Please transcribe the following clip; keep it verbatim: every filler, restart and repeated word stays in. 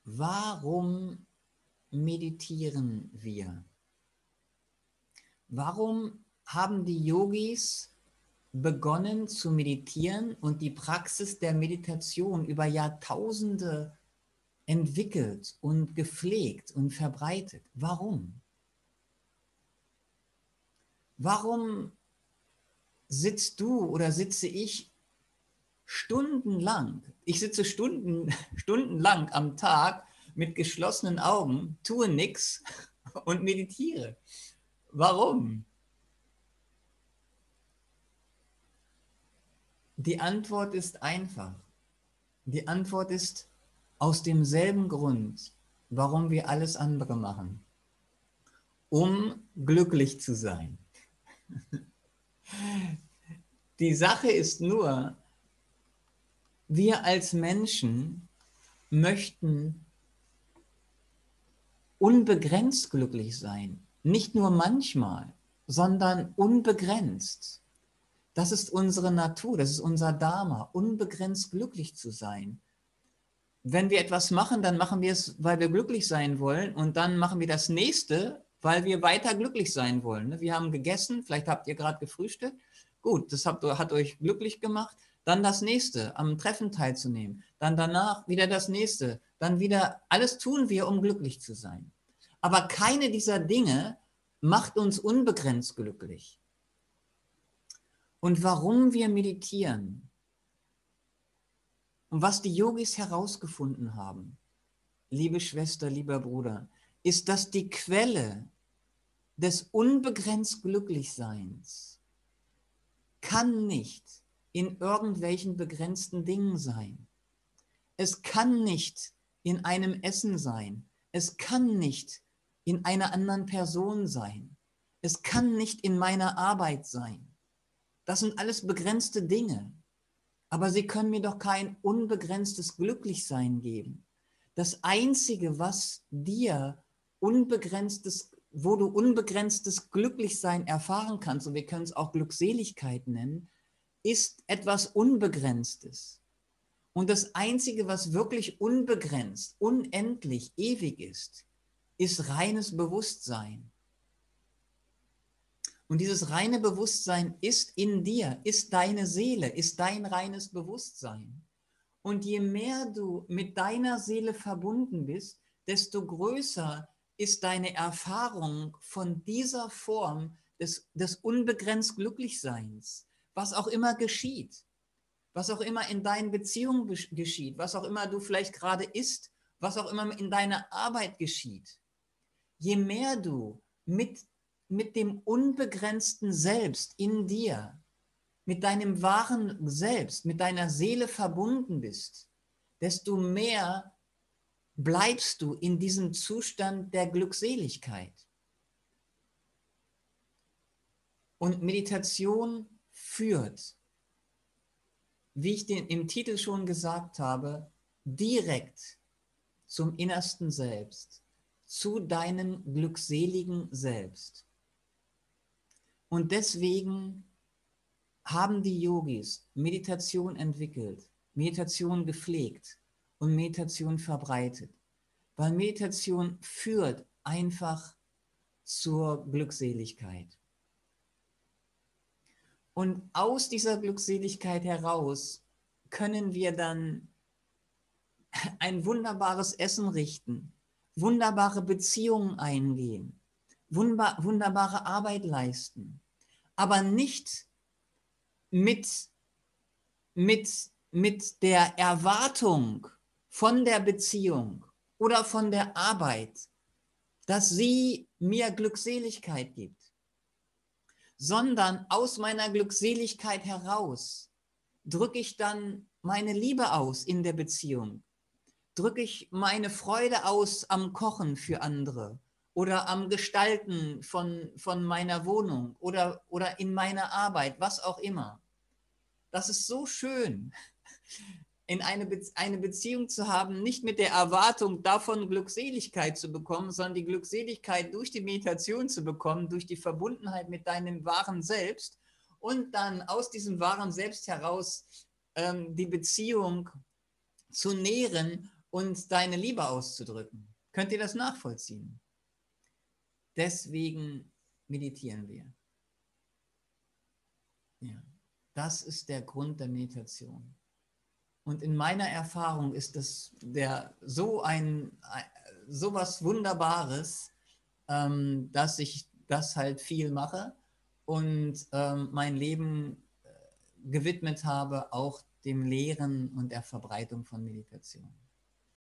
warum meditieren wir? Warum haben die Yogis begonnen zu meditieren und die Praxis der Meditation über Jahrtausende entwickelt und gepflegt und verbreitet? Warum? Warum sitzt du oder sitze ich stundenlang, ich sitze Stunden, stundenlang am Tag mit geschlossenen Augen, tue nichts und meditiere? Warum? Die Antwort ist einfach. Die Antwort ist aus demselben Grund, warum wir alles andere machen. Um glücklich zu sein. Die Sache ist nur, wir als Menschen möchten unbegrenzt glücklich sein. Nicht nur manchmal, sondern unbegrenzt. Das ist unsere Natur, das ist unser Dharma, unbegrenzt glücklich zu sein. Wenn wir etwas machen, dann machen wir es, weil wir glücklich sein wollen, und dann machen wir das nächste, weil wir weiter glücklich sein wollen. Wir haben gegessen, vielleicht habt ihr gerade gefrühstückt, gut, das hat, hat euch glücklich gemacht, dann das nächste, am Treffen teilzunehmen, dann danach wieder das nächste, dann wieder, alles tun wir, um glücklich zu sein. Aber keine dieser Dinge macht uns unbegrenzt glücklich. Und warum wir meditieren und was die Yogis herausgefunden haben, liebe Schwester, lieber Bruder, ist, dass die Quelle des unbegrenzt Glücklichseins kann nicht in irgendwelchen begrenzten Dingen sein. Es kann nicht in einem Essen sein. Es kann nicht in einer anderen Person sein. Es kann nicht in meiner Arbeit sein. Das sind alles begrenzte Dinge. Aber sie können mir doch kein unbegrenztes Glücklichsein geben. Das Einzige, was dir unbegrenztes, wo du unbegrenztes Glücklichsein erfahren kannst, und wir können es auch Glückseligkeit nennen, ist etwas Unbegrenztes. Und das Einzige, was wirklich unbegrenzt, unendlich, ewig ist, ist reines Bewusstsein. Und dieses reine Bewusstsein ist in dir, ist deine Seele, ist dein reines Bewusstsein. Und je mehr du mit deiner Seele verbunden bist, desto größer ist deine Erfahrung von dieser Form des, des unbegrenzt Glücklichseins, was auch immer geschieht, was auch immer in deinen Beziehungen geschieht, was auch immer du vielleicht gerade isst, was auch immer in deiner Arbeit geschieht. Je mehr du mit, mit dem unbegrenzten Selbst in dir, mit deinem wahren Selbst, mit deiner Seele verbunden bist, desto mehr bleibst du in diesem Zustand der Glückseligkeit. Und Meditation führt, wie ich den im Titel schon gesagt habe, direkt zum innersten Selbst, zu deinem glückseligen Selbst. Und deswegen haben die Yogis Meditation entwickelt, Meditation gepflegt und Meditation verbreitet, weil Meditation führt einfach zur Glückseligkeit. Und aus dieser Glückseligkeit heraus können wir dann ein wunderbares Essen richten, wunderbare Beziehungen eingehen, wunderbar, wunderbare Arbeit leisten, aber nicht mit, mit, mit der Erwartung von der Beziehung oder von der Arbeit, dass sie mir Glückseligkeit gibt, sondern aus meiner Glückseligkeit heraus drücke ich dann meine Liebe aus in der Beziehung, drücke ich meine Freude aus am Kochen für andere oder am Gestalten von, von meiner Wohnung oder, oder in meiner Arbeit, was auch immer. Das ist so schön, in eine, Be- eine Beziehung zu haben, nicht mit der Erwartung davon Glückseligkeit zu bekommen, sondern die Glückseligkeit durch die Meditation zu bekommen, durch die Verbundenheit mit deinem wahren Selbst und dann aus diesem wahren Selbst heraus ähm, die Beziehung zu nähren und deine Liebe auszudrücken. Könnt ihr das nachvollziehen? Deswegen meditieren wir. Ja, das ist der Grund der Meditation. Und in meiner Erfahrung ist das der, so ein, so was Wunderbares, ähm, dass ich das halt viel mache und ähm, mein Leben äh, gewidmet habe, auch dem Lehren und der Verbreitung von Meditation.